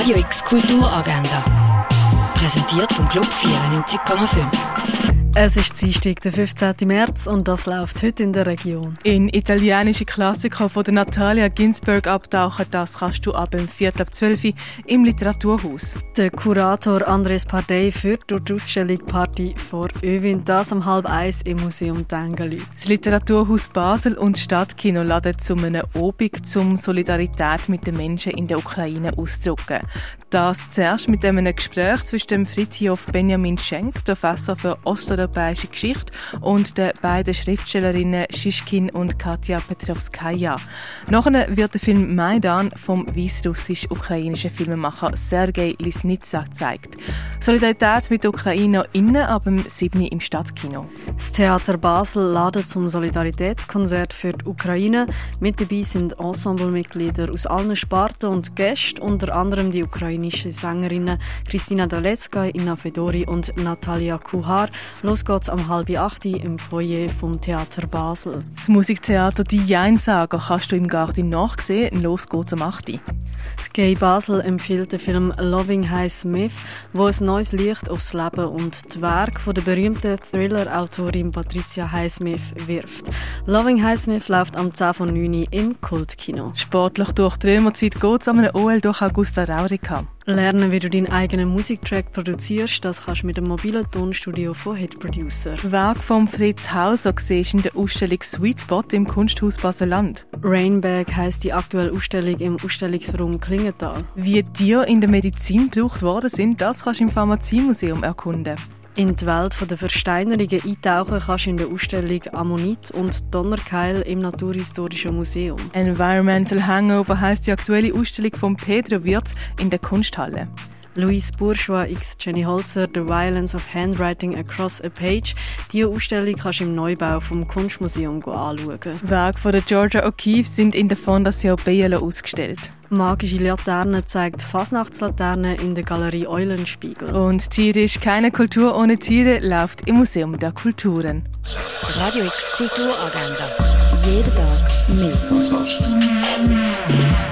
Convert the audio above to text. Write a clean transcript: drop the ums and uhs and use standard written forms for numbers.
Radio X Kulturagenda. Präsentiert vom Club 94,5. Es ist Dienstag, der 15. März und das läuft heute in der Region. In italienische Klassiker von der Natalia Ginzburg abtauchen, das kannst du ab 11:45 im Literaturhaus. Der Kurator Andres Pardey führt durch die Ausstellung Party vor Öwind, das um 12:30 im Museum Tengeli. Das Literaturhaus Basel und das Stadtkino laden zu einem Obig, um Solidarität mit den Menschen in der Ukraine auszudrücken. Das zuerst mit einem Gespräch zwischen dem Fritjof Benjamin Schenk, Professor für osteuropäische Geschichte, und den beiden Schriftstellerinnen Shishkin und Katja Petrovskaja. Nachher wird der Film Maidan vom weißrussisch-ukrainischen Filmemacher Sergei Lisnitsa gezeigt. Solidarität mit den UkrainerInnen ab dem 7. im Stadtkino. Das Theater Basel ladet zum Solidaritätskonzert für die Ukraine. Mit dabei sind Ensemblemitglieder aus allen Sparten und Gäste, unter anderem die ukrainischen Sängerinnen Kristina Dalecka, Inna Fedori und Natalia Kuhar. Los geht's um 7:30 im Foyer vom Theater Basel. Das Musiktheater «Die Jeinsager» kannst du im Garten nachsehen. Los geht's um 8 Uhr. Das Gay Basel empfiehlt den Film Loving Highsmith, wo ein neues Licht aufs Leben und die Werke von der berühmten Thriller-Autorin Patricia Highsmith wirft. Loving Highsmith läuft am 10:09 im Kultkino. Sportlich durch die Römerzeit geht es an einem OL durch Augusta Raurica. Lernen, wie du deinen eigenen Musiktrack produzierst, das kannst du mit dem mobilen Tonstudio von Hit Producer. Werk von Fritz Hauser siehst in der Ausstellung Sweet Spot im Kunsthaus Basel-Land. Rainbag heisst die aktuelle Ausstellung im Ausstellungsraum Klingenthal. Wie Tiere in der Medizin gebraucht worden sind, das kannst du im Pharmaziemuseum erkunden. In die Welt der Versteinerungen eintauchen kannst du in der Ausstellung Ammonit und Donnerkeil im Naturhistorischen Museum. Environmental Hangover heisst die aktuelle Ausstellung von Pedro Wirz in der Kunsthalle. Louise Bourgeois x Jenny Holzer, The Violence of Handwriting Across a Page. Diese Ausstellung kannst du im Neubau vom Kunstmuseum anschauen. Werke von der Georgia O'Keeffe sind in der Fondation Bielo ausgestellt. Magische Laterne zeigt Fasnachtslaterne in der Galerie Eulenspiegel. Und tierisch keine Kultur ohne Tiere läuft im Museum der Kulturen. Radio X Kulturagenda. Jeden Tag mehr.